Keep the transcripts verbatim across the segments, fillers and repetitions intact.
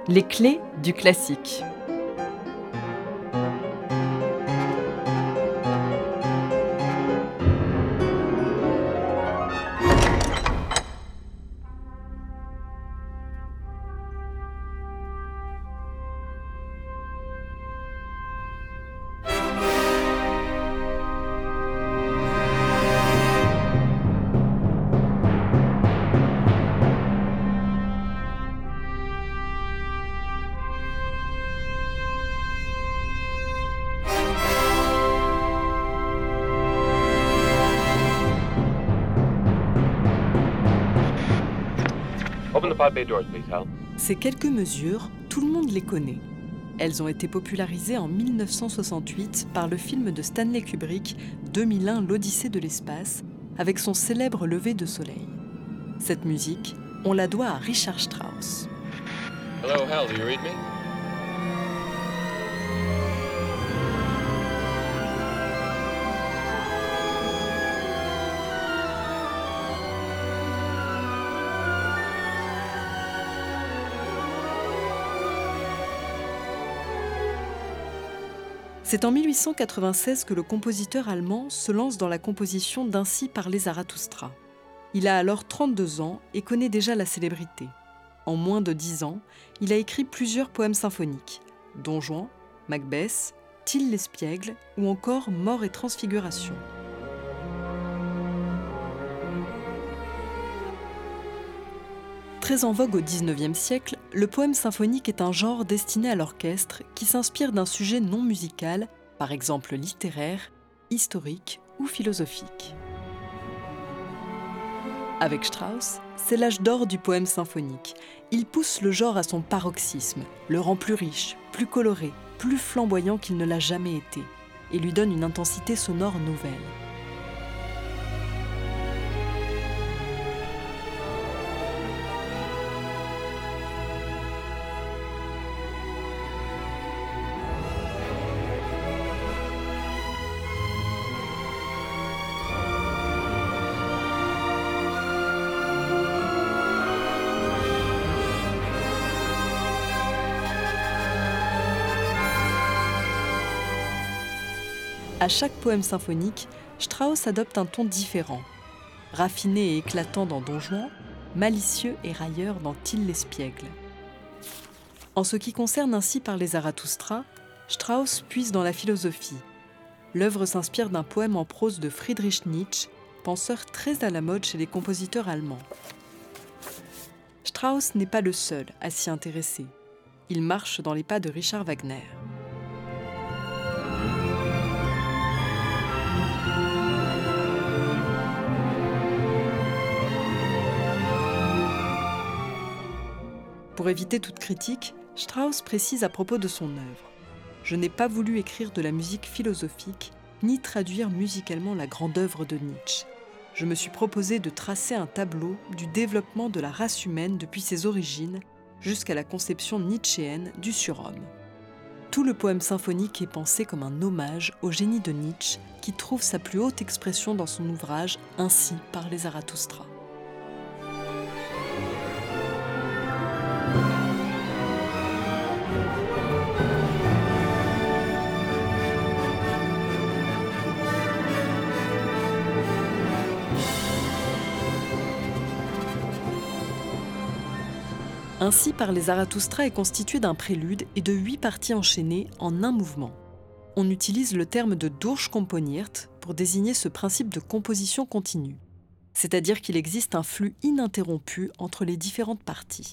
Les clés du classique. Open the pod bay doors, please, Hal. Ces quelques mesures, tout le monde les connaît. Elles ont été popularisées en mille neuf cent soixante-huit par le film de Stanley Kubrick, deux mille un, L'Odyssée de l'espace, avec son célèbre lever de soleil. Cette musique, on la doit à Richard Strauss. Hello, Hal, do you read me? C'est en mille huit cent quatre-vingt-seize que le compositeur allemand se lance dans la composition d'Ainsi parlait Zarathustra. Il a alors trente-deux ans et connaît déjà la célébrité. En moins de dix ans, il a écrit plusieurs poèmes symphoniques, Don Juan, Macbeth, Till l'espiègle ou encore Mort et transfiguration. Très en vogue au dix-neuvième siècle, le poème symphonique est un genre destiné à l'orchestre qui s'inspire d'un sujet non musical, par exemple littéraire, historique ou philosophique. Avec Strauss, c'est l'âge d'or du poème symphonique. Il pousse le genre à son paroxysme, le rend plus riche, plus coloré, plus flamboyant qu'il ne l'a jamais été, et lui donne une intensité sonore nouvelle. À chaque poème symphonique, Strauss adopte un ton différent. Raffiné et éclatant dans Don Juan, malicieux et railleur dans Till l'espiègle. En ce qui concerne Ainsi parlait Zarathustra, Strauss puise dans la philosophie. L'œuvre s'inspire d'un poème en prose de Friedrich Nietzsche, penseur très à la mode chez les compositeurs allemands. Strauss n'est pas le seul à s'y intéresser. Il marche dans les pas de Richard Wagner. Pour éviter toute critique, Strauss précise à propos de son œuvre « Je n'ai pas voulu écrire de la musique philosophique, ni traduire musicalement la grande œuvre de Nietzsche. Je me suis proposé de tracer un tableau du développement de la race humaine depuis ses origines jusqu'à la conception nietzschéenne du surhomme. » Tout le poème symphonique est pensé comme un hommage au génie de Nietzsche qui trouve sa plus haute expression dans son ouvrage « Ainsi parlait Zarathustra ». Ainsi parlait Zarathustra est constitué d'un prélude et de huit parties enchaînées en un mouvement. On utilise le terme de Durchkomponiert pour désigner ce principe de composition continue, c'est-à-dire qu'il existe un flux ininterrompu entre les différentes parties.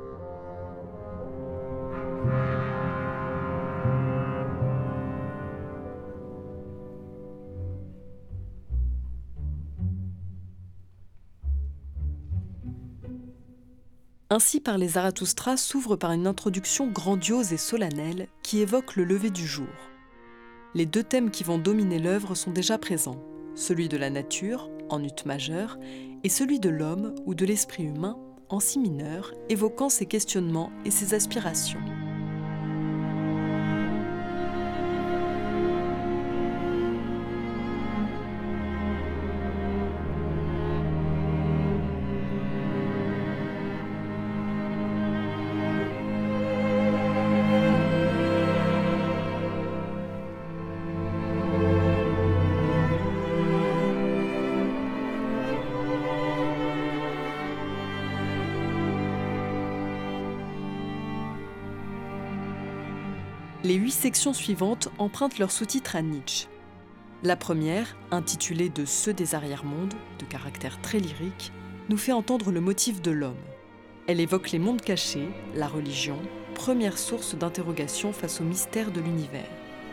Ainsi parlait Zarathustra s'ouvre par une introduction grandiose et solennelle qui évoque le lever du jour. Les deux thèmes qui vont dominer l'œuvre sont déjà présents, celui de la nature, en ut majeur, et celui de l'homme ou de l'esprit humain, en si mineur, évoquant ses questionnements et ses aspirations. Les huit sections suivantes empruntent leur sous-titre à Nietzsche. La première, intitulée de Ceux des arrière-mondes, de caractère très lyrique, nous fait entendre le motif de l'homme. Elle évoque les mondes cachés, la religion, première source d'interrogation face au mystère de l'univers.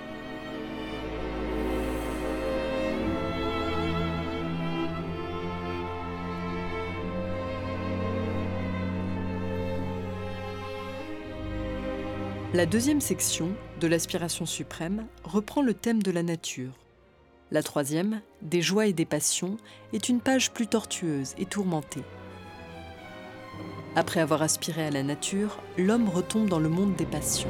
La deuxième section, de l'aspiration suprême, reprend le thème de la nature. La troisième, des joies et des passions, est une page plus tortueuse et tourmentée. Après avoir aspiré à la nature, l'homme retombe dans le monde des passions.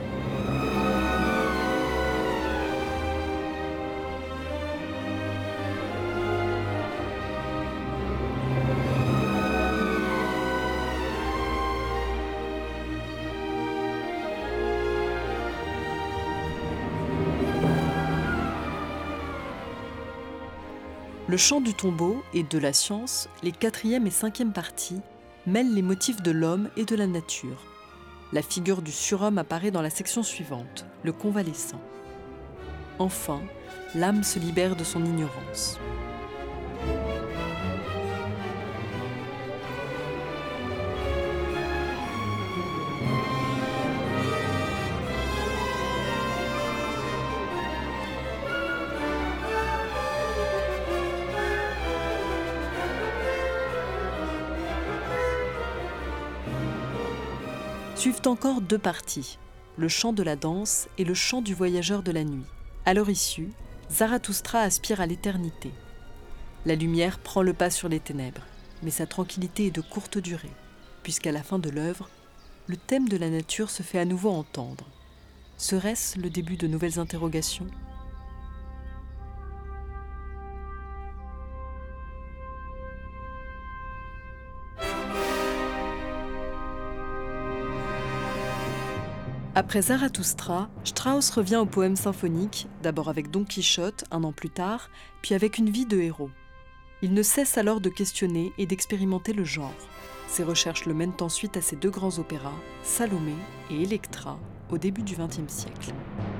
Le chant du tombeau et de la science, les quatrième et cinquième parties, mêlent les motifs de l'homme et de la nature. La figure du surhomme apparaît dans la section suivante, le convalescent. Enfin, l'âme se libère de son ignorance. Suivent encore deux parties, le chant de la danse et le chant du voyageur de la nuit. À leur issue, Zarathustra aspire à l'éternité. La lumière prend le pas sur les ténèbres, mais sa tranquillité est de courte durée, puisqu'à la fin de l'œuvre, le thème de la nature se fait à nouveau entendre. Serait-ce le début de nouvelles interrogations ? Après Zarathustra, Strauss revient au poème symphonique, d'abord avec Don Quichotte, un an plus tard, puis avec Une vie de héros. Il ne cesse alors de questionner et d'expérimenter le genre. Ses recherches le mènent ensuite à ses deux grands opéras, Salomé et Électra, au début du vingtième siècle.